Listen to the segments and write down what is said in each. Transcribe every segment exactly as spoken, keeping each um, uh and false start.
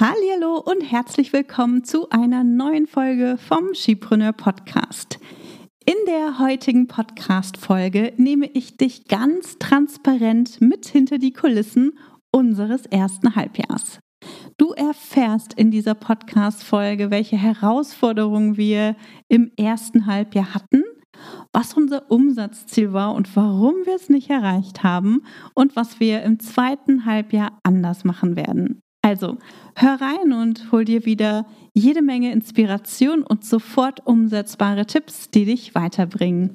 Hallihallo und herzlich willkommen zu einer neuen Folge vom Skipreneur Podcast. In der heutigen Podcast-Folge nehme ich dich ganz transparent mit hinter die Kulissen unseres ersten Halbjahrs. Du erfährst in dieser Podcast-Folge, welche Herausforderungen wir im ersten Halbjahr hatten, was unser Umsatzziel war und warum wir es nicht erreicht haben und was wir im zweiten Halbjahr anders machen werden. Also, hör rein und hol dir wieder jede Menge Inspiration und sofort umsetzbare Tipps, die dich weiterbringen.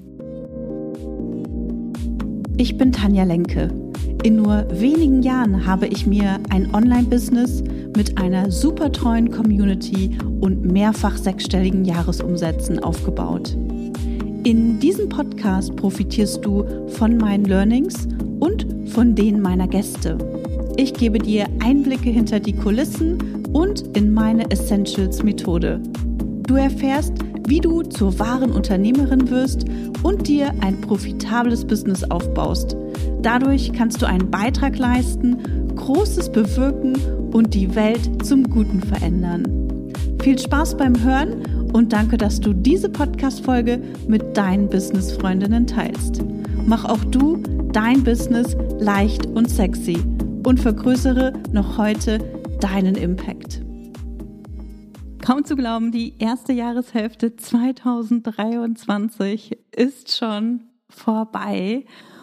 Ich bin Tanja Lenke. In nur wenigen Jahren habe ich mir ein Online-Business mit einer super treuen Community und mehrfach sechsstelligen Jahresumsätzen aufgebaut. In diesem Podcast profitierst du von meinen Learnings und von denen meiner Gäste. Ich gebe dir Einblicke hinter die Kulissen und in meine Essentials-Methode. Du erfährst, wie du zur wahren Unternehmerin wirst und dir ein profitables Business aufbaust. Dadurch kannst du einen Beitrag leisten, Großes bewirken und die Welt zum Guten verändern. Viel Spaß beim Hören und danke, dass du diese Podcast-Folge mit deinen Business-Freundinnen teilst. Mach auch du dein Business leicht und sexy und vergrößere noch heute deinen Impact. Kaum zu glauben, die erste Jahreshälfte zwanzig dreiundzwanzig ist schon vorbei.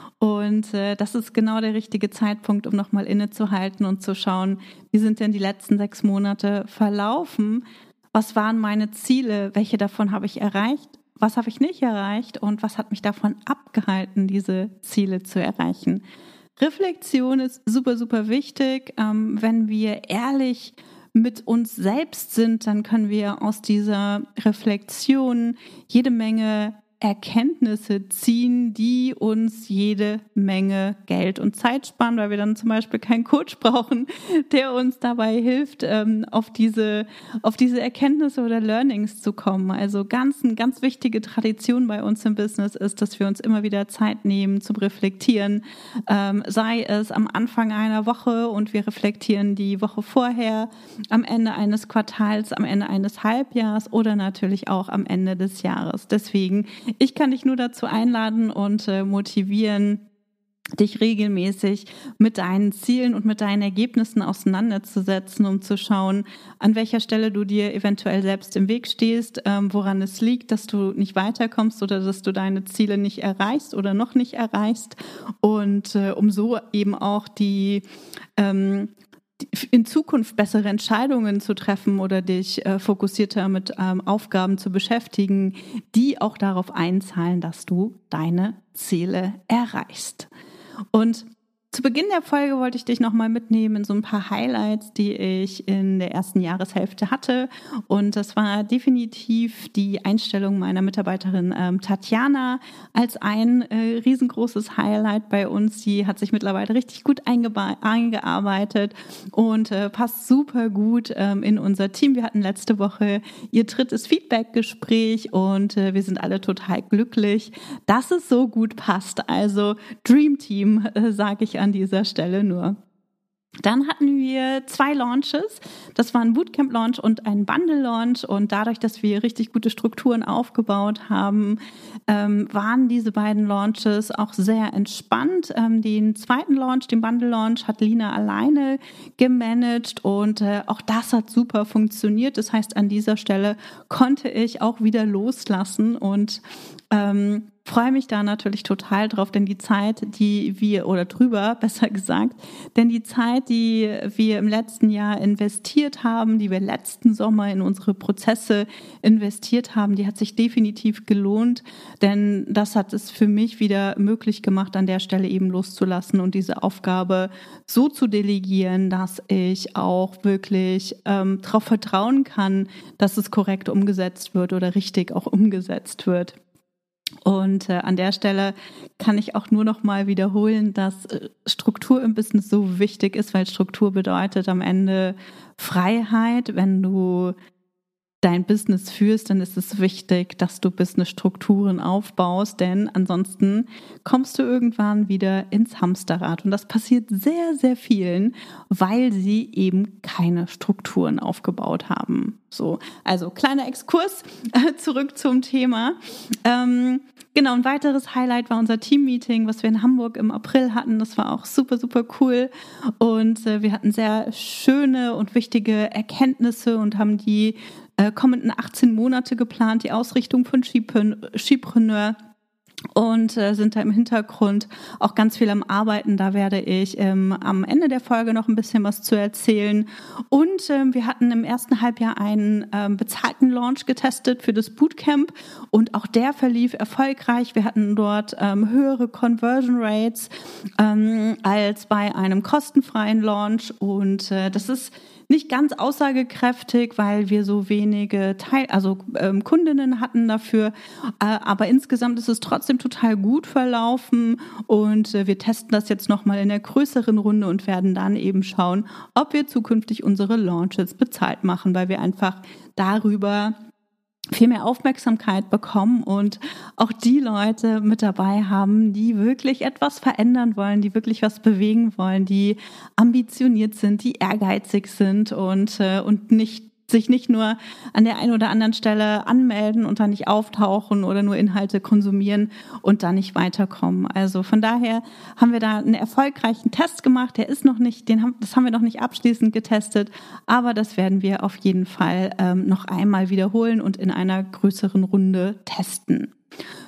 Und äh, das ist genau der richtige Zeitpunkt, um nochmal innezuhalten und zu schauen, wie sind denn die letzten sechs Monate verlaufen? Was waren meine Ziele? Welche davon habe ich erreicht? Was habe ich nicht erreicht? Und was hat mich davon abgehalten, diese Ziele zu erreichen? Reflexion ist super, super wichtig. Ähm, wenn wir ehrlich mit uns selbst sind, dann können wir aus dieser Reflexion jede Menge Erkenntnisse ziehen, die uns jede Menge Geld und Zeit sparen, weil wir dann zum Beispiel keinen Coach brauchen, der uns dabei hilft, ähm, auf diese, auf diese Erkenntnisse oder Learnings zu kommen. Also ganz, eine ganz wichtige Tradition bei uns im Business ist, dass wir uns immer wieder Zeit nehmen zum Reflektieren, ähm, sei es am Anfang einer Woche und wir reflektieren die Woche vorher, am Ende eines Quartals, am Ende eines Halbjahres oder natürlich auch am Ende des Jahres. Deswegen ich kann dich nur dazu einladen und äh, motivieren, dich regelmäßig mit deinen Zielen und mit deinen Ergebnissen auseinanderzusetzen, um zu schauen, an welcher Stelle du dir eventuell selbst im Weg stehst, ähm, woran es liegt, dass du nicht weiterkommst oder dass du deine Ziele nicht erreichst oder noch nicht erreichst und äh, um so eben auch die ähm, in Zukunft bessere Entscheidungen zu treffen oder dich äh, fokussierter mit ähm, Aufgaben zu beschäftigen, die auch darauf einzahlen, dass du deine Ziele erreichst. Und zu Beginn der Folge wollte ich dich nochmal mitnehmen in so ein paar Highlights, die ich in der ersten Jahreshälfte hatte. Und das war definitiv die Einstellung meiner Mitarbeiterin ähm, Tatjana als ein äh, riesengroßes Highlight bei uns. Die hat sich mittlerweile richtig gut eingeba- eingearbeitet und äh, passt super gut ähm, in unser Team. Wir hatten letzte Woche ihr drittes Feedback-Gespräch und äh, wir sind alle total glücklich, dass es so gut passt. Also Dream Team, äh, sage ich an dieser Stelle nur. Dann hatten wir zwei Launches. Das war ein Bootcamp-Launch und ein Bundle-Launch. Und dadurch, dass wir richtig gute Strukturen aufgebaut haben, ähm, waren diese beiden Launches auch sehr entspannt. Ähm, den zweiten Launch, den Bundle-Launch, hat Lina alleine gemanagt und äh, auch das hat super funktioniert. Das heißt, an dieser Stelle konnte ich auch wieder loslassen und ähm, freue mich da natürlich total drauf, denn die Zeit, die wir, oder drüber, besser gesagt, denn die Zeit, die wir im letzten Jahr investiert haben, die wir letzten Sommer in unsere Prozesse investiert haben, die hat sich definitiv gelohnt, denn das hat es für mich wieder möglich gemacht, an der Stelle eben loszulassen und diese Aufgabe so zu delegieren, dass ich auch wirklich ähm, darauf vertrauen kann, dass es korrekt umgesetzt wird oder richtig auch umgesetzt wird. Und äh, an der Stelle kann ich auch nur noch mal wiederholen, dass äh, Struktur im Business so wichtig ist, weil Struktur bedeutet am Ende Freiheit, wenn du dein Business führst, dann ist es wichtig, dass du Businessstrukturen aufbaust, denn ansonsten kommst du irgendwann wieder ins Hamsterrad. Und das passiert sehr, sehr vielen, weil sie eben keine Strukturen aufgebaut haben. So, also kleiner Exkurs äh, zurück zum Thema. Ähm, genau, ein weiteres Highlight war unser Team-Meeting, was wir in Hamburg im April hatten. Das war auch super, super cool. Und äh, wir hatten sehr schöne und wichtige Erkenntnisse und haben die äh, kommenden achtzehn Monate geplant, die Ausrichtung von Skipreneur. Und äh, sind da im Hintergrund auch ganz viel am Arbeiten. Da werde ich ähm, am Ende der Folge noch ein bisschen was zu erzählen. Und ähm, wir hatten im ersten Halbjahr einen ähm, bezahlten Launch getestet für das Bootcamp. Und auch der verlief erfolgreich. Wir hatten dort ähm, höhere Conversion Rates ähm, als bei einem kostenfreien Launch. Und äh, das ist nicht ganz aussagekräftig, weil wir so wenige Teil, also ähm, Kundinnen hatten dafür, äh, aber insgesamt ist es trotzdem total gut verlaufen und äh, wir testen das jetzt nochmal in der größeren Runde und werden dann eben schauen, ob wir zukünftig unsere Launches bezahlt machen, weil wir einfach darüber viel mehr Aufmerksamkeit bekommen und auch die Leute mit dabei haben, die wirklich etwas verändern wollen, die wirklich was bewegen wollen, die ambitioniert sind, die ehrgeizig sind und, äh, und nicht sich nicht nur an der einen oder anderen Stelle anmelden und dann nicht auftauchen oder nur Inhalte konsumieren und dann nicht weiterkommen. Also von daher haben wir da einen erfolgreichen Test gemacht. Der ist noch nicht, den haben, das haben wir noch nicht abschließend getestet, aber das werden wir auf jeden Fall ähm, noch einmal wiederholen und in einer größeren Runde testen.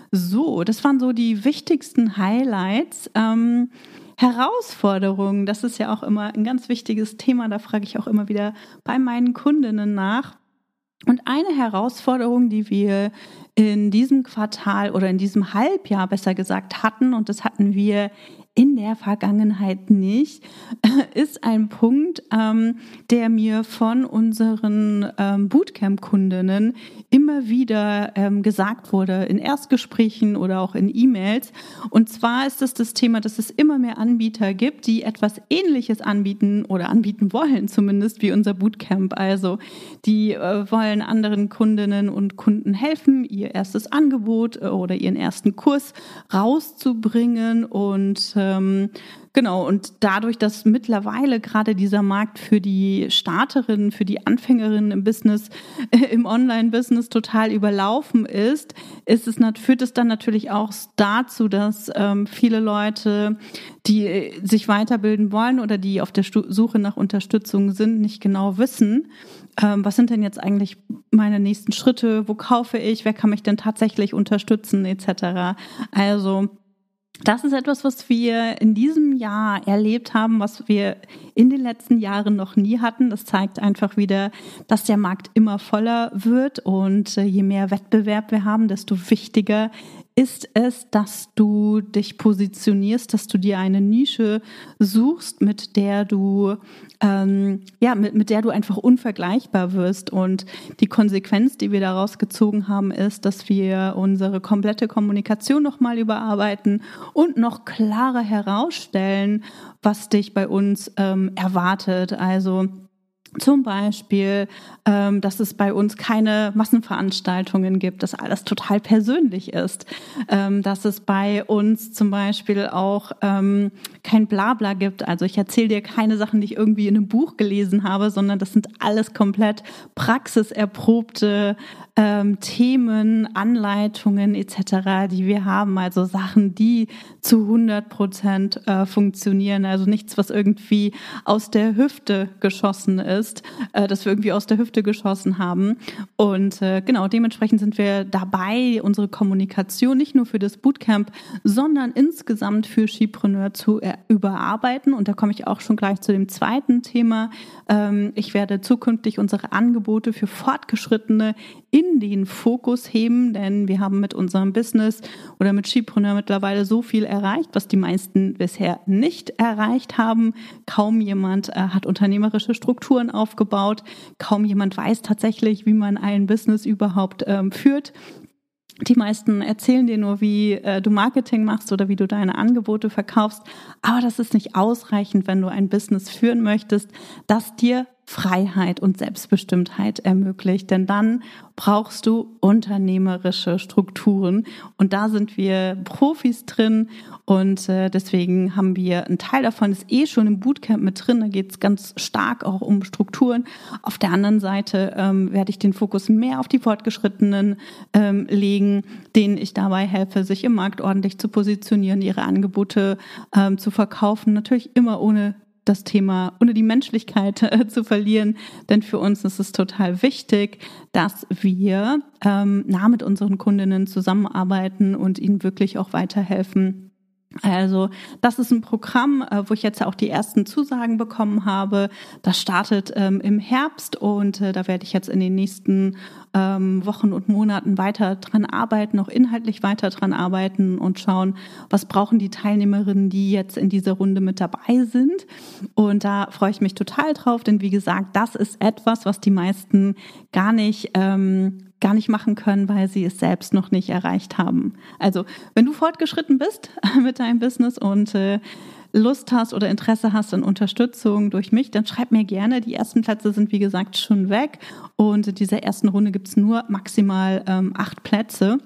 So, das waren so die wichtigsten Highlights. Ähm, Herausforderungen, das ist ja auch immer ein ganz wichtiges Thema, da frage ich auch immer wieder bei meinen Kundinnen nach. Und eine Herausforderung, die wir in diesem Quartal oder in diesem Halbjahr besser gesagt hatten, und das hatten wir in der Vergangenheit nicht, ist ein Punkt, ähm, der mir von unseren ähm, Bootcamp-Kundinnen immer wieder ähm, gesagt wurde, in Erstgesprächen oder auch in E-Mails. Und zwar ist es das Thema, dass es immer mehr Anbieter gibt, die etwas Ähnliches anbieten oder anbieten wollen, zumindest wie unser Bootcamp. Also die äh, wollen anderen Kundinnen und Kunden helfen, ihr erstes Angebot äh, oder ihren ersten Kurs rauszubringen und äh, Genau, und dadurch, dass mittlerweile gerade dieser Markt für die Starterinnen, für die Anfängerinnen im Business, äh, im Online-Business total überlaufen ist, ist es, führt es dann natürlich auch dazu, dass ähm, viele Leute, die sich weiterbilden wollen oder die auf der Suche nach Unterstützung sind, nicht genau wissen, ähm, was sind denn jetzt eigentlich meine nächsten Schritte, wo kaufe ich, wer kann mich denn tatsächlich unterstützen, et cetera. Also das ist etwas, was wir in diesem Jahr erlebt haben, was wir in den letzten Jahren noch nie hatten. Das zeigt einfach wieder, dass der Markt immer voller wird und je mehr Wettbewerb wir haben, desto wichtiger ist es, dass du dich positionierst, dass du dir eine Nische suchst, mit der du ähm, ja mit, mit der du einfach unvergleichbar wirst. Und die Konsequenz, die wir daraus gezogen haben, ist, dass wir unsere komplette Kommunikation nochmal überarbeiten und noch klarer herausstellen, was dich bei uns ähm, erwartet. Also zum Beispiel, ähm, dass es bei uns keine Massenveranstaltungen gibt, dass alles total persönlich ist, ähm, dass es bei uns zum Beispiel auch ähm, kein Blabla gibt. Also ich erzähle dir keine Sachen, die ich irgendwie in einem Buch gelesen habe, sondern das sind alles komplett praxiserprobte ähm, Themen, Anleitungen et cetera, die wir haben. Also Sachen, die zu hundert Prozent äh, funktionieren. Also nichts, was irgendwie aus der Hüfte geschossen ist. Ist, dass wir irgendwie aus der Hüfte geschossen haben. Und äh, genau, dementsprechend sind wir dabei, unsere Kommunikation nicht nur für das Bootcamp, sondern insgesamt für Skipreneur zu äh, überarbeiten. Und da komme ich auch schon gleich zu dem zweiten Thema. Ähm, ich werde zukünftig unsere Angebote für Fortgeschrittene in den Fokus heben, denn wir haben mit unserem Business oder mit Skipreneur mittlerweile so viel erreicht, was die meisten bisher nicht erreicht haben. Kaum jemand äh, hat unternehmerische Strukturen aufgebaut. Kaum jemand weiß tatsächlich, wie man ein Business überhaupt ähm, führt. Die meisten erzählen dir nur, wie äh, du Marketing machst oder wie du deine Angebote verkaufst. Aber das ist nicht ausreichend, wenn du ein Business führen möchtest, das dir Freiheit und Selbstbestimmtheit ermöglicht. Denn dann brauchst du unternehmerische Strukturen. Und da sind wir Profis drin. Und äh, deswegen haben wir, ein Teil davon ist eh schon im Bootcamp mit drin. Da geht es ganz stark auch um Strukturen. Auf der anderen Seite ähm, werde ich den Fokus mehr auf die Fortgeschrittenen ähm, legen, denen ich dabei helfe, sich im Markt ordentlich zu positionieren, ihre Angebote ähm, zu verkaufen. Natürlich immer ohne das Thema, ohne die Menschlichkeit äh, zu verlieren. Denn für uns ist es total wichtig, dass wir ähm, nah mit unseren Kundinnen zusammenarbeiten und ihnen wirklich auch weiterhelfen. Also das ist ein Programm, wo ich jetzt auch die ersten Zusagen bekommen habe. Das startet ähm, im Herbst und äh, da werde ich jetzt in den nächsten ähm, Wochen und Monaten weiter dran arbeiten, auch inhaltlich weiter dran arbeiten und schauen, was brauchen die Teilnehmerinnen, die jetzt in dieser Runde mit dabei sind. Und da freue ich mich total drauf, denn wie gesagt, das ist etwas, was die meisten gar nicht ähm, gar nicht machen können, weil sie es selbst noch nicht erreicht haben. Also, wenn du fortgeschritten bist mit deinem Business und äh, Lust hast oder Interesse hast an Unterstützung durch mich, dann schreib mir gerne. Die ersten Plätze sind, wie gesagt, schon weg und in dieser ersten Runde gibt es nur maximal ähm, acht Plätze,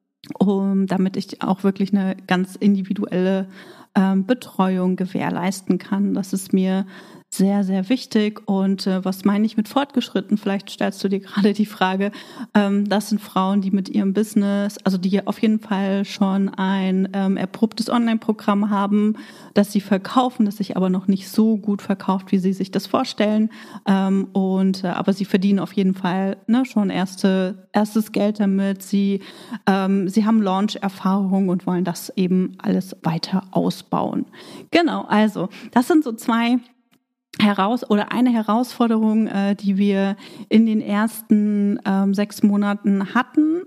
um, damit ich auch wirklich eine ganz individuelle ähm, Betreuung gewährleisten kann. Das ist mir sehr, sehr wichtig. Und äh, was meine ich mit fortgeschritten? Vielleicht stellst du dir gerade die Frage, ähm, das sind Frauen, die mit ihrem Business, also die auf jeden Fall schon ein ähm, erprobtes Online-Programm haben, das sie verkaufen, das sich aber noch nicht so gut verkauft, wie sie sich das vorstellen. Ähm, und äh, aber sie verdienen auf jeden Fall ne, schon erste erstes Geld damit. Sie ähm, sie haben Launch-Erfahrung und wollen das eben alles weiter ausbauen. Genau, also das sind so zwei heraus oder eine Herausforderung, äh, die wir in den ersten ähm, sechs Monaten hatten.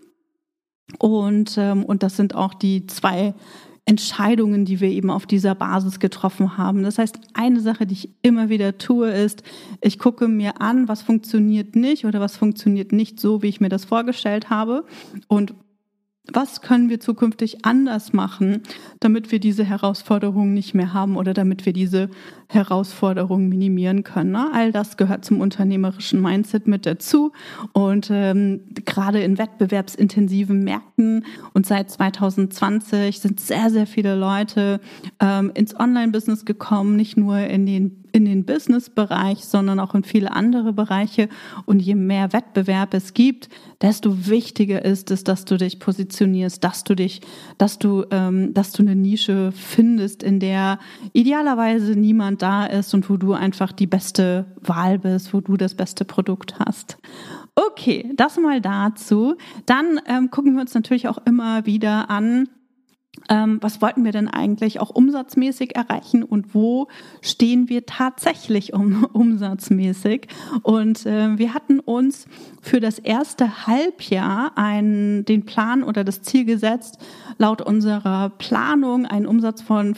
Und, ähm, und das sind auch die zwei Entscheidungen, die wir eben auf dieser Basis getroffen haben. Das heißt, eine Sache, die ich immer wieder tue, ist, ich gucke mir an, was funktioniert nicht oder was funktioniert nicht so, wie ich mir das vorgestellt habe. Und was können wir zukünftig anders machen, damit wir diese Herausforderungen nicht mehr haben oder damit wir diese Herausforderungen minimieren können? Ne? All das gehört zum unternehmerischen Mindset mit dazu. Und ähm, gerade in wettbewerbsintensiven Märkten und seit zwanzig zwanzig sind sehr, sehr viele Leute ähm, ins Online-Business gekommen, nicht nur in den in den Business-Bereich, sondern auch in viele andere Bereiche. Und je mehr Wettbewerb es gibt, desto wichtiger ist es, dass du dich positionierst, dass du dich, dass du, ähm, dass du eine Nische findest, in der idealerweise niemand da ist und wo du einfach die beste Wahl bist, wo du das beste Produkt hast. Okay, das mal dazu. Dann ähm, gucken wir uns natürlich auch immer wieder an, Ähm, was wollten wir denn eigentlich auch umsatzmäßig erreichen und wo stehen wir tatsächlich um, umsatzmäßig? Und äh, wir hatten uns für das erste Halbjahr einen, den Plan oder das Ziel gesetzt, laut unserer Planung einen Umsatz von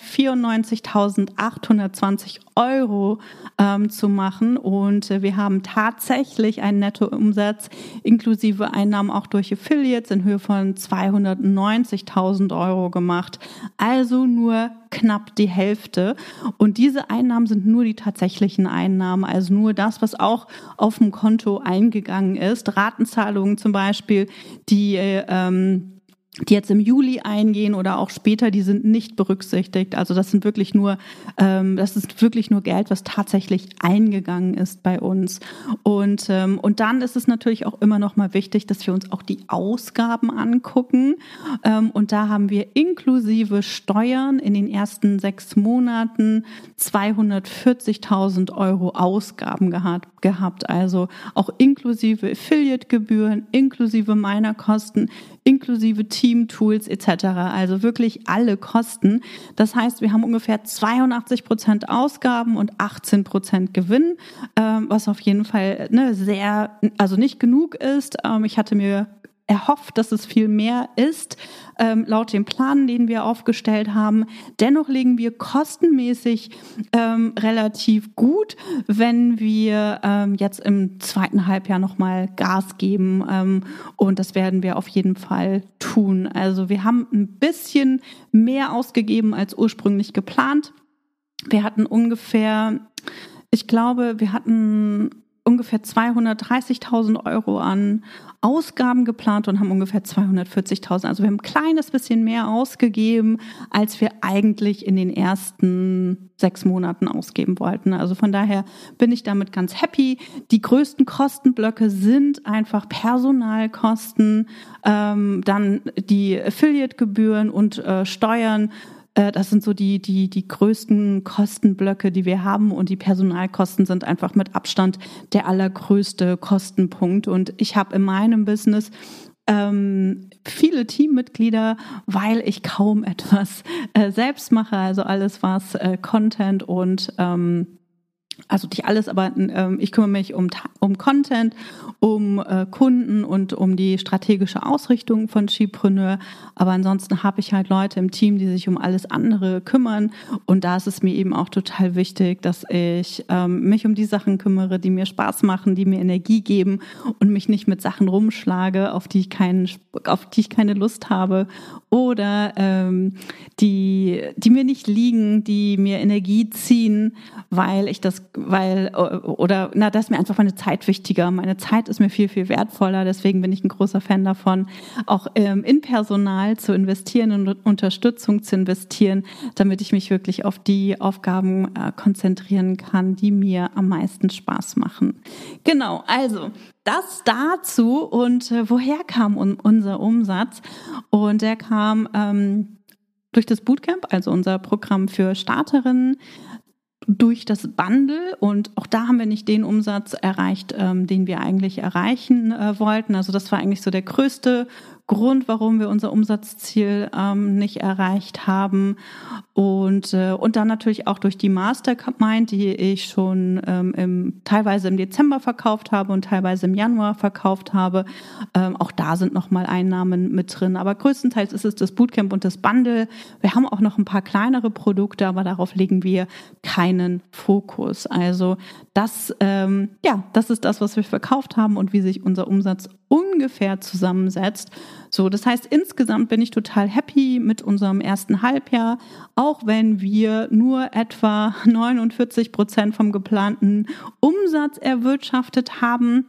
fünfhundertvierundneunzigtausendachthundertzwanzig Euro ähm, zu machen. Und äh, wir haben tatsächlich einen Nettoumsatz inklusive Einnahmen auch durch Affiliates in Höhe von zweihundertneunzigtausend Euro gemacht. Also nur knapp die Hälfte. Und diese Einnahmen sind nur die tatsächlichen Einnahmen, also nur das, was auch auf dem Konto eingegangen ist. Ratenzahlungen zum Beispiel, die ähm, die jetzt im Juli eingehen oder auch später, die sind nicht berücksichtigt. Also das sind wirklich nur, ähm, das ist wirklich nur Geld, was tatsächlich eingegangen ist bei uns. Und ähm, und dann ist es natürlich auch immer noch mal wichtig, dass wir uns auch die Ausgaben angucken. Ähm, und da haben wir inklusive Steuern in den ersten sechs Monaten zweihundertvierzigtausend Euro Ausgaben gehabt, gehabt. Also auch inklusive Affiliate-Gebühren, inklusive Minerkosten, inklusive Team-Tools et cetera. Also wirklich alle Kosten. Das heißt, wir haben ungefähr zweiundachtzig Prozent Ausgaben und achtzehn Prozent Gewinn, ähm, was auf jeden Fall ne, sehr, also nicht genug ist. Ähm, ich hatte mir erhofft, dass es viel mehr ist, ähm, laut dem Plan, den wir aufgestellt haben. Dennoch liegen wir kostenmäßig ähm, relativ gut, wenn wir ähm, jetzt im zweiten Halbjahr nochmal Gas geben. Ähm, und das werden wir auf jeden Fall tun. Also wir haben ein bisschen mehr ausgegeben als ursprünglich geplant. Wir hatten ungefähr Ich glaube, wir hatten ungefähr zweihundertdreißigtausend Euro an Ausgaben geplant und haben ungefähr zweihundertvierzigtausend. Also wir haben ein kleines bisschen mehr ausgegeben, als wir eigentlich in den ersten sechs Monaten ausgeben wollten. Also von daher bin ich damit ganz happy. Die größten Kostenblöcke sind einfach Personalkosten, ähm, dann die Affiliate-Gebühren und äh, Steuern. Das sind so die, die, die größten Kostenblöcke, die wir haben, und die Personalkosten sind einfach mit Abstand der allergrößte Kostenpunkt. Und ich habe in meinem Business ähm, viele Teammitglieder, weil ich kaum etwas äh, selbst mache. Also alles, was äh, Content und ähm, Also nicht alles, aber ähm, ich kümmere mich um, um Content, um äh, Kunden und um die strategische Ausrichtung von Skipreneur. Aber ansonsten habe ich halt Leute im Team, die sich um alles andere kümmern. Und da ist es mir eben auch total wichtig, dass ich ähm, mich um die Sachen kümmere, die mir Spaß machen, die mir Energie geben und mich nicht mit Sachen rumschlage, auf die ich keinen, auf die ich keine Lust habe oder ähm, die, die mir nicht liegen, die mir Energie ziehen, weil ich das weil, oder, na, da ist mir einfach meine Zeit wichtiger. Meine Zeit ist mir viel, viel wertvoller. Deswegen bin ich ein großer Fan davon, auch ähm, in Personal zu investieren und Unterstützung zu investieren, damit ich mich wirklich auf die Aufgaben äh, konzentrieren kann, die mir am meisten Spaß machen. Genau, also das dazu. Und äh, woher kam un- unser Umsatz? Und der kam ähm, durch das Bootcamp, also unser Programm für Starterinnen, durch das Bundle, und auch da haben wir nicht den Umsatz erreicht, ähm, den wir eigentlich erreichen äh, wollten. Also das war eigentlich so der größte Grund, warum wir unser Umsatzziel ähm, nicht erreicht haben. Und, äh, und dann natürlich auch durch die Mastermind, die ich schon ähm, im, teilweise im Dezember verkauft habe und teilweise im Januar verkauft habe. Ähm, auch da sind nochmal Einnahmen mit drin. Aber größtenteils ist es das Bootcamp und das Bundle. Wir haben auch noch ein paar kleinere Produkte, aber darauf legen wir keinen Fokus. Also das, ähm, ja, das ist das, was wir verkauft haben und wie sich unser Umsatz ungefähr zusammensetzt. So, das heißt, insgesamt bin ich total happy mit unserem ersten Halbjahr, auch wenn wir nur etwa neunundvierzig Prozent vom geplanten Umsatz erwirtschaftet haben.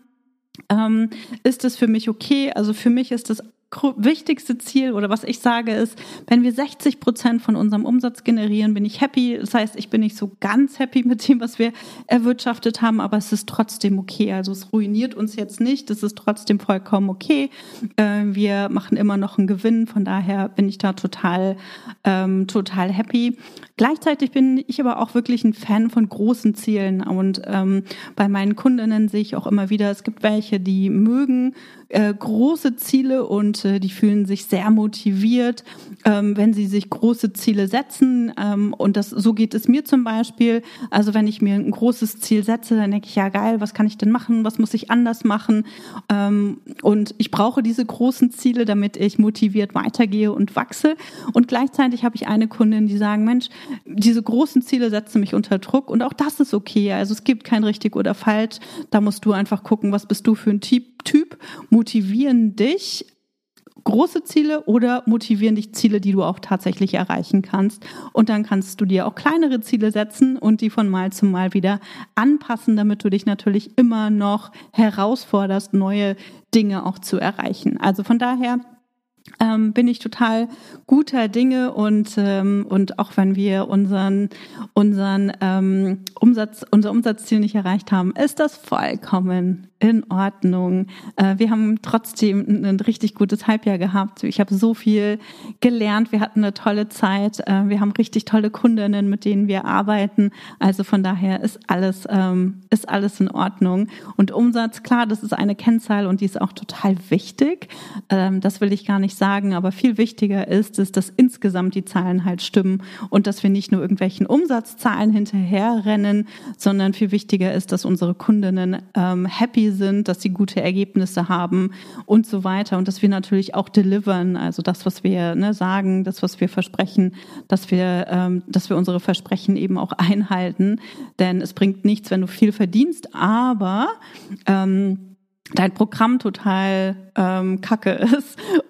Ähm, ist das für mich okay? Also für mich ist das wichtigste Ziel, oder was ich sage ist, wenn wir sechzig Prozent von unserem Umsatz generieren, bin ich happy. Das heißt, ich bin nicht so ganz happy mit dem, was wir erwirtschaftet haben, aber es ist trotzdem okay. Also es ruiniert uns jetzt nicht. Es ist trotzdem vollkommen okay. Äh, wir machen immer noch einen Gewinn. Von daher bin ich da total, ähm, total happy. Gleichzeitig bin ich aber auch wirklich ein Fan von großen Zielen. Und ähm, bei meinen Kundinnen sehe ich auch immer wieder, es gibt welche, die mögen äh, große Ziele und äh, die fühlen sich sehr motiviert, ähm, wenn sie sich große Ziele setzen. Ähm, und das, so geht es mir zum Beispiel. Also wenn ich mir ein großes Ziel setze, dann denke ich, ja geil, was kann ich denn machen? Was muss ich anders machen? Ähm, und ich brauche diese großen Ziele, damit ich motiviert weitergehe und wachse. Und gleichzeitig habe ich eine Kundin, die sagen, Mensch, diese großen Ziele setzen mich unter Druck, und auch das ist okay. Also es gibt kein richtig oder falsch. Da musst du einfach gucken, was bist du für ein Typ. Typ. Motivieren dich große Ziele oder motivieren dich Ziele, die du auch tatsächlich erreichen kannst? Und dann kannst du dir auch kleinere Ziele setzen und die von Mal zu Mal wieder anpassen, damit du dich natürlich immer noch herausforderst, neue Dinge auch zu erreichen. Also von daher Ähm, bin ich total guter Dinge, und ähm, und auch wenn wir unseren unseren ähm, Umsatz unser Umsatzziel nicht erreicht haben, ist das vollkommen in Ordnung. Äh, wir haben trotzdem ein, ein richtig gutes Halbjahr gehabt. Ich habe so viel gelernt. Wir hatten eine tolle Zeit. Äh, wir haben richtig tolle Kundinnen, mit denen wir arbeiten. Also von daher ist alles ähm, ist alles in Ordnung. Und Umsatz, klar, das ist eine Kennzahl und die ist auch total wichtig. Ähm, das will ich gar nicht sagen, aber viel wichtiger ist es, dass insgesamt die Zahlen halt stimmen und dass wir nicht nur irgendwelchen Umsatzzahlen hinterherrennen, sondern viel wichtiger ist, dass unsere Kundinnen ähm, happy sind, dass sie gute Ergebnisse haben und so weiter, und dass wir natürlich auch delivern, also das, was wir ne, sagen, das, was wir versprechen, dass wir, ähm, dass wir unsere Versprechen eben auch einhalten, denn es bringt nichts, wenn du viel verdienst, aber ähm, dein Programm total ähm, kacke ist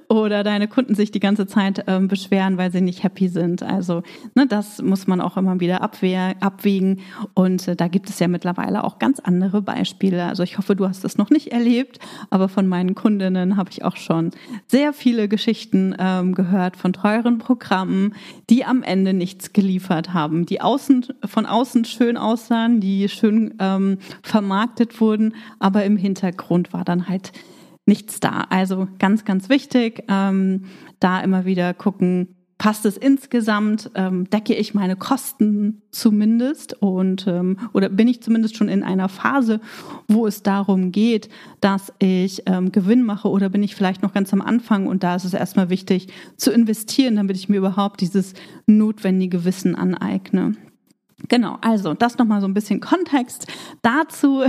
oder deine Kunden sich die ganze Zeit ähm, beschweren, weil sie nicht happy sind. Also ne, das muss man auch immer wieder abwehr, abwägen und äh, da gibt es ja mittlerweile auch ganz andere Beispiele. Also ich hoffe, du hast das noch nicht erlebt, aber von meinen Kundinnen habe ich auch schon sehr viele Geschichten ähm, gehört von teuren Programmen, die am Ende nichts geliefert haben, die außen von außen schön aussahen, die schön ähm, vermarktet wurden, aber im Hintergrund war dann halt nichts da. Also ganz, ganz wichtig, ähm, da immer wieder gucken, passt es insgesamt, ähm, decke ich meine Kosten zumindest und ähm, oder bin ich zumindest schon in einer Phase, wo es darum geht, dass ich ähm, Gewinn mache, oder bin ich vielleicht noch ganz am Anfang und da ist es erstmal wichtig zu investieren, damit ich mir überhaupt dieses notwendige Wissen aneigne. Genau, also das nochmal so ein bisschen Kontext dazu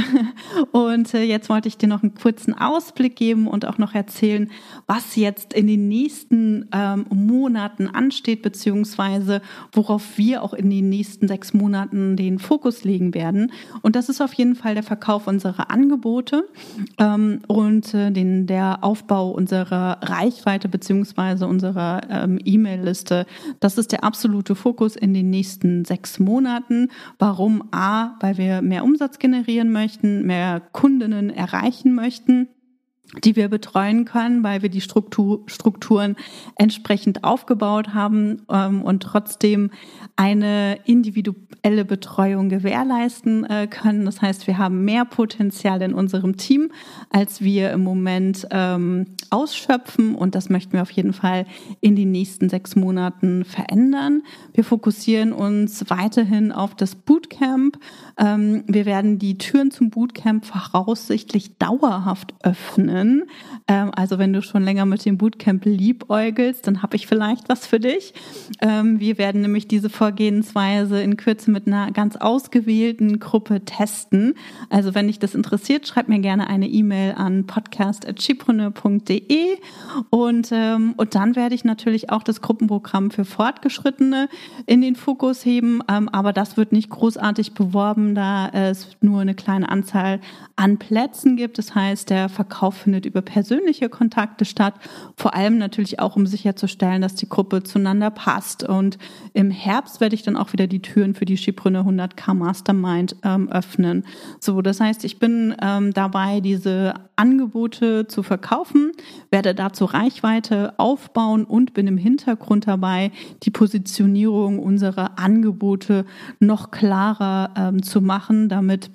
und äh, jetzt wollte ich dir noch einen kurzen Ausblick geben und auch noch erzählen, was jetzt in den nächsten ähm, Monaten ansteht, beziehungsweise worauf wir auch in den nächsten sechs Monaten den Fokus legen werden, und das ist auf jeden Fall der Verkauf unserer Angebote ähm, und äh, den, der Aufbau unserer Reichweite beziehungsweise unserer ähm, E-Mail-Liste. Das ist der absolute Fokus in den nächsten sechs Monaten. Warum? A, weil wir mehr Umsatz generieren möchten, mehr Kundinnen erreichen möchten, die wir betreuen können, weil wir die Struktur, Strukturen entsprechend aufgebaut haben ähm, und trotzdem eine individuelle Betreuung gewährleisten äh, können. Das heißt, wir haben mehr Potenzial in unserem Team, als wir im Moment ähm, ausschöpfen, und das möchten wir auf jeden Fall in den nächsten sechs Monaten verändern. Wir fokussieren uns weiterhin auf das Bootcamp. Ähm, wir werden die Türen zum Bootcamp voraussichtlich dauerhaft öffnen. Also wenn du schon länger mit dem Bootcamp liebäugelst, dann habe ich vielleicht was für dich. Wir werden nämlich diese Vorgehensweise in Kürze mit einer ganz ausgewählten Gruppe testen. Also wenn dich das interessiert, schreib mir gerne eine E-Mail an podcast at skipreneur punkt de und, und dann werde ich natürlich auch das Gruppenprogramm für Fortgeschrittene in den Fokus heben, aber das wird nicht großartig beworben, da es nur eine kleine Anzahl an Plätzen gibt. Das heißt, der Verkauf findet über persönliche Kontakte statt, vor allem natürlich auch, um sicherzustellen, dass die Gruppe zueinander passt. Und im Herbst werde ich dann auch wieder die Türen für die Skipreneur hundert K Mastermind ähm, öffnen. So, das heißt, ich bin ähm, dabei, diese Angebote zu verkaufen, werde dazu Reichweite aufbauen und bin im Hintergrund dabei, die Positionierung unserer Angebote noch klarer ähm, zu machen, damit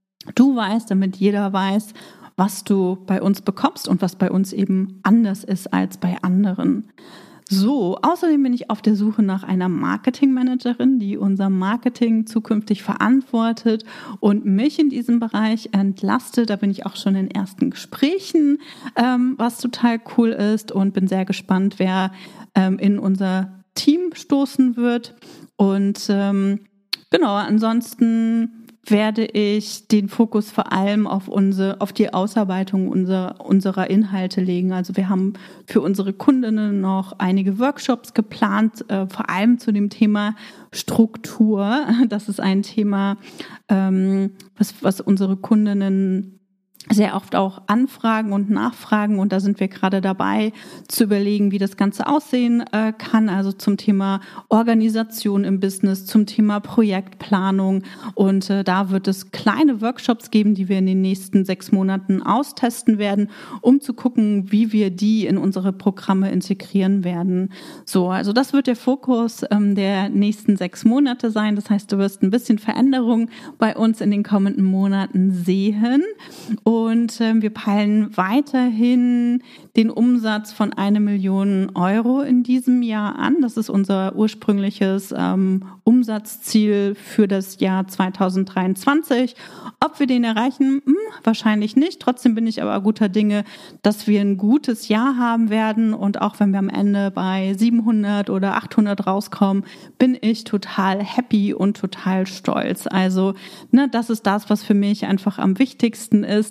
du weißt, damit jeder weiß, was du bei uns bekommst und was bei uns eben anders ist als bei anderen. So, außerdem bin ich auf der Suche nach einer Marketingmanagerin, die unser Marketing zukünftig verantwortet und mich in diesem Bereich entlastet. Da bin ich auch schon in ersten Gesprächen, ähm, was total cool ist, und bin sehr gespannt, wer ähm, in unser Team stoßen wird. Und ähm, genau, ansonsten werde ich den Fokus vor allem auf unsere, auf die Ausarbeitung unserer, unserer Inhalte legen. Also wir haben für unsere Kundinnen noch einige Workshops geplant, äh, vor allem zu dem Thema Struktur. Das ist ein Thema, ähm, was, was unsere Kundinnen sehr oft auch anfragen und nachfragen, und da sind wir gerade dabei zu überlegen, wie das Ganze aussehen äh, kann, also zum Thema Organisation im Business, zum Thema Projektplanung, und äh, da wird es kleine Workshops geben, die wir in den nächsten sechs Monaten austesten werden, um zu gucken, wie wir die in unsere Programme integrieren werden. So, also das wird der Fokus ähm, der nächsten sechs Monate sein. Das heißt, du wirst ein bisschen Veränderung bei uns in den kommenden Monaten sehen. Und äh, wir peilen weiterhin den Umsatz von eine Million Euro in diesem Jahr an. Das ist unser ursprüngliches ähm, Umsatzziel für das Jahr zweitausenddreiundzwanzig. Ob wir den erreichen? Hm, wahrscheinlich nicht. Trotzdem bin ich aber guter Dinge, dass wir ein gutes Jahr haben werden. Und auch wenn wir am Ende bei siebenhundert oder achthundert rauskommen, bin ich total happy und total stolz. Also, ne, das ist das, was für mich einfach am wichtigsten ist,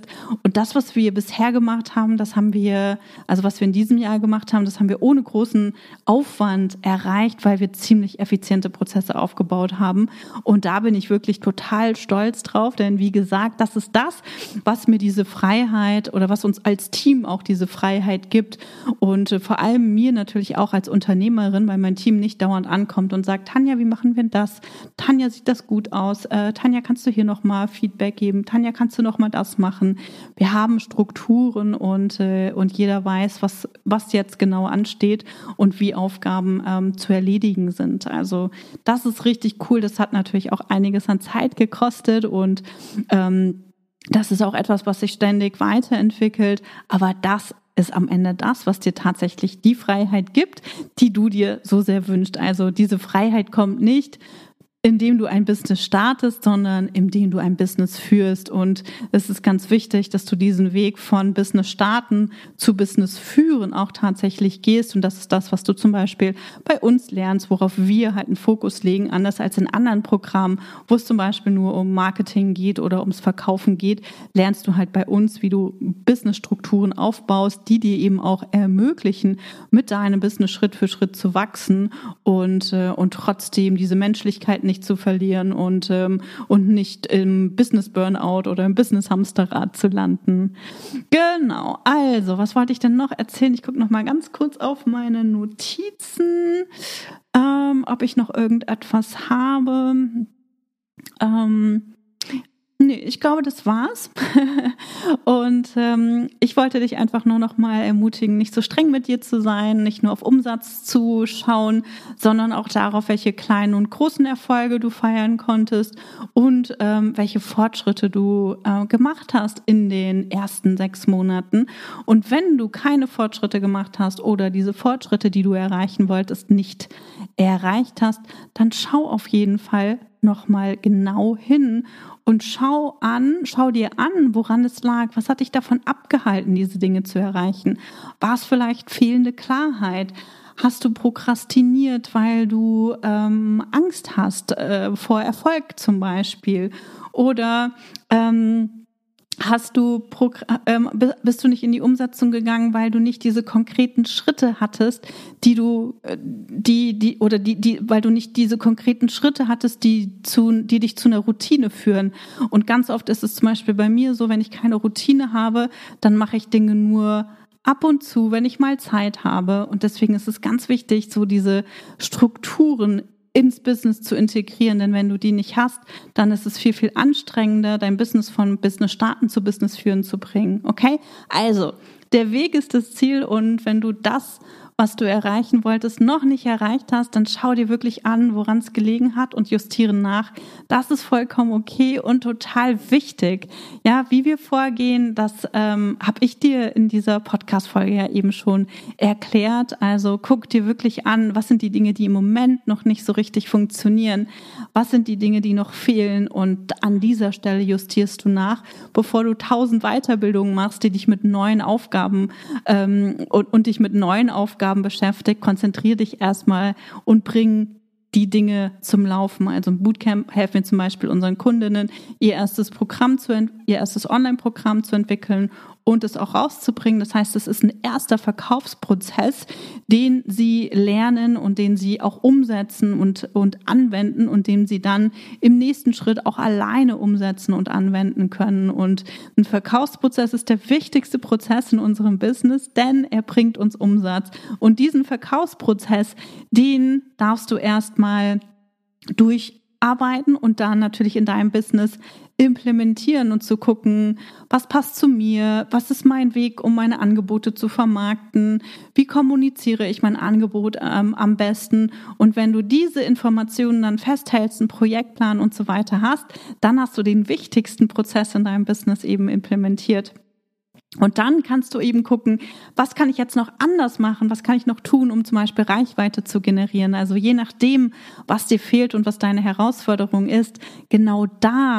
Und das, was wir bisher gemacht haben, das haben wir, also was wir in diesem Jahr gemacht haben, das haben wir ohne großen Aufwand erreicht, weil wir ziemlich effiziente Prozesse aufgebaut haben. Und da bin ich wirklich total stolz drauf, denn wie gesagt, das ist das, was mir diese Freiheit oder was uns als Team auch diese Freiheit gibt und äh, vor allem mir natürlich auch als Unternehmerin, weil mein Team nicht dauernd ankommt und sagt, Tanja, wie machen wir das? Tanja, sieht das gut aus? Äh, Tanja, kannst du hier nochmal Feedback geben? Tanja, kannst du nochmal das machen? Wir haben Strukturen und, äh, und jeder weiß, was, was jetzt genau ansteht und wie Aufgaben ähm, zu erledigen sind. Also das ist richtig cool. Das hat natürlich auch einiges an Zeit gekostet und ähm, das ist auch etwas, was sich ständig weiterentwickelt. Aber das ist am Ende das, was dir tatsächlich die Freiheit gibt, die du dir so sehr wünschst. Also diese Freiheit kommt nicht, indem du ein Business startest, sondern indem du ein Business führst. Und es ist ganz wichtig, dass du diesen Weg von Business starten zu Business führen auch tatsächlich gehst. Und das ist das, was du zum Beispiel bei uns lernst, worauf wir halt einen Fokus legen, anders als in anderen Programmen, wo es zum Beispiel nur um Marketing geht oder ums Verkaufen geht, lernst du halt bei uns, wie du Businessstrukturen aufbaust, die dir eben auch ermöglichen, mit deinem Business Schritt für Schritt zu wachsen und, und trotzdem diese Menschlichkeit nicht zu verlieren und, ähm, und nicht im Business Burnout oder im Business Hamsterrad zu landen. Genau, also, was wollte ich denn noch erzählen? Ich gucke noch mal ganz kurz auf meine Notizen, ähm, ob ich noch irgendetwas habe. Ähm, Nee, ich glaube, das war's. Und ähm, ich wollte dich einfach nur noch mal ermutigen, nicht so streng mit dir zu sein, nicht nur auf Umsatz zu schauen, sondern auch darauf, welche kleinen und großen Erfolge du feiern konntest und ähm, welche Fortschritte du äh, gemacht hast in den ersten sechs Monaten. Und wenn du keine Fortschritte gemacht hast oder diese Fortschritte, die du erreichen wolltest, nicht erreicht hast, dann schau auf jeden Fall noch mal genau hin und schau an, schau dir an, woran es lag. Was hat dich davon abgehalten, diese Dinge zu erreichen? War es vielleicht fehlende Klarheit? Hast du prokrastiniert, weil du ähm, Angst hast äh, vor Erfolg zum Beispiel? Oder ähm, Hast du, ähm, bist du nicht in die Umsetzung gegangen, weil du nicht diese konkreten Schritte hattest, die du, die, die, oder die, die, weil du nicht diese konkreten Schritte hattest, die zu, die dich zu einer Routine führen? Und ganz oft ist es zum Beispiel bei mir so, wenn ich keine Routine habe, dann mache ich Dinge nur ab und zu, wenn ich mal Zeit habe. Und deswegen ist es ganz wichtig, so diese Strukturen ins Business zu integrieren, denn wenn du die nicht hast, dann ist es viel, viel anstrengender, dein Business von Business starten zu Business führen zu bringen, okay? Also, der Weg ist das Ziel und wenn du das, was du erreichen wolltest, noch nicht erreicht hast, dann schau dir wirklich an, woran es gelegen hat und justiere nach. Das ist vollkommen okay und total wichtig. Ja, wie wir vorgehen, das ähm, habe ich dir in dieser Podcast-Folge ja eben schon erklärt. Also guck dir wirklich an, was sind die Dinge, die im Moment noch nicht so richtig funktionieren? Was sind die Dinge, die noch fehlen? Und an dieser Stelle justierst du nach, bevor du tausend Weiterbildungen machst, die dich mit neuen Aufgaben ähm, und, und dich mit neuen Aufgaben beschäftigt, konzentriere dich erstmal und bring die Dinge zum Laufen. Also im Bootcamp helfen wir zum Beispiel unseren Kundinnen, ihr erstes Programm zu ent- ihr erstes Online-Programm zu entwickeln und es auch rauszubringen. Das heißt, es ist ein erster Verkaufsprozess, den sie lernen und den sie auch umsetzen und, und anwenden und den sie dann im nächsten Schritt auch alleine umsetzen und anwenden können. Und ein Verkaufsprozess ist der wichtigste Prozess in unserem Business, denn er bringt uns Umsatz. Und diesen Verkaufsprozess, den darfst du erstmal durcharbeiten und dann natürlich in deinem Business implementieren und zu gucken, was passt zu mir, was ist mein Weg, um meine Angebote zu vermarkten, wie kommuniziere ich mein Angebot ähm, am besten. Und wenn du diese Informationen dann festhältst, einen Projektplan und so weiter hast, dann hast du den wichtigsten Prozess in deinem Business eben implementiert. Und dann kannst du eben gucken, was kann ich jetzt noch anders machen, was kann ich noch tun, um zum Beispiel Reichweite zu generieren. Also je nachdem, was dir fehlt und was deine Herausforderung ist, genau da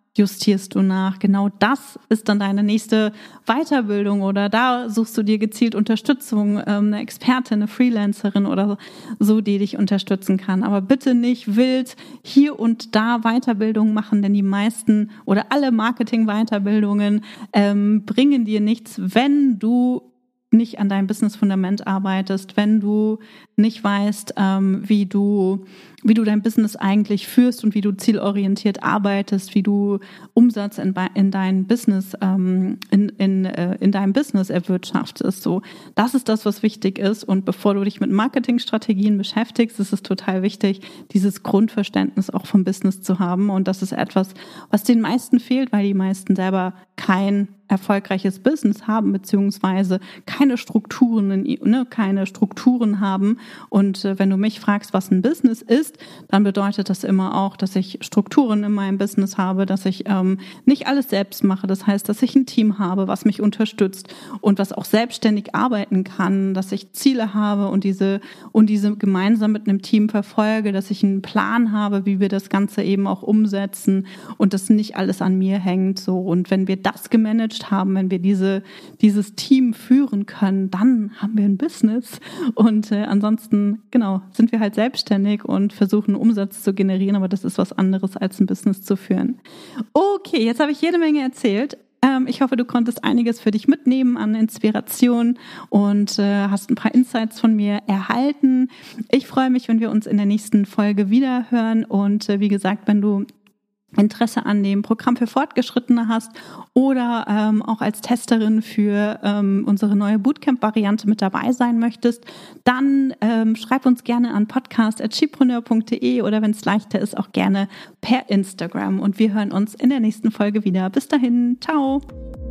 justierst du nach. Genau das ist dann deine nächste Weiterbildung oder da suchst du dir gezielt Unterstützung, eine Expertin, eine Freelancerin oder so, die dich unterstützen kann. Aber bitte nicht wild hier und da Weiterbildung machen, denn die meisten oder alle Marketing-Weiterbildungen ähm, bringen dir nichts, wenn du nicht an deinem Business-Fundament arbeitest, wenn du nicht weißt, ähm, wie du wie du dein Business eigentlich führst und wie du zielorientiert arbeitest, wie du Umsatz in, in dein Business ähm, in in äh, in deinem Business erwirtschaftest. So, das ist das, was wichtig ist. Und bevor du dich mit Marketingstrategien beschäftigst, ist es total wichtig, dieses Grundverständnis auch vom Business zu haben. Und das ist etwas, was den meisten fehlt, weil die meisten selber kein erfolgreiches Business haben, beziehungsweise keine Strukturen, ne, keine Strukturen haben. Und äh, wenn du mich fragst, was ein Business ist, dann bedeutet das immer auch, dass ich Strukturen in meinem Business habe, dass ich ähm, nicht alles selbst mache. Das heißt, dass ich ein Team habe, was mich unterstützt und was auch selbstständig arbeiten kann, dass ich Ziele habe und diese und diese gemeinsam mit einem Team verfolge, dass ich einen Plan habe, wie wir das Ganze eben auch umsetzen und dass nicht alles an mir hängt. So, und wenn wir das gemanagt haben, wenn wir diese dieses Team führen können, dann haben wir ein Business. Und äh, ansonsten, genau, sind wir halt selbstständig und versuchen, Umsatz zu generieren, aber das ist was anderes, als ein Business zu führen. Okay, jetzt habe ich jede Menge erzählt. Ähm, ich hoffe, du konntest einiges für dich mitnehmen an Inspiration und äh, hast ein paar Insights von mir erhalten. Ich freue mich, wenn wir uns in der nächsten Folge wieder hören und äh, wie gesagt, wenn du Interesse an dem Programm für Fortgeschrittene hast oder ähm, auch als Testerin für ähm, unsere neue Bootcamp-Variante mit dabei sein möchtest, dann ähm, schreib uns gerne an podcast at chipreneur punkt de oder wenn es leichter ist, auch gerne per Instagram. Und wir hören uns in der nächsten Folge wieder. Bis dahin, ciao!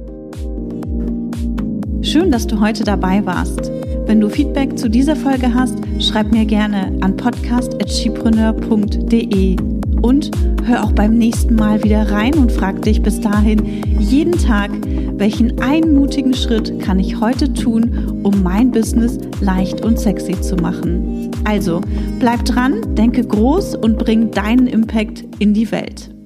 Schön, dass du heute dabei warst. Wenn du Feedback zu dieser Folge hast, schreib mir gerne an podcast at chipreneur punkt de. Und hör auch beim nächsten Mal wieder rein und frag dich bis dahin jeden Tag, welchen einen mutigen Schritt kann ich heute tun, um mein Business leicht und sexy zu machen. Also, bleib dran, denke groß und bring deinen Impact in die Welt.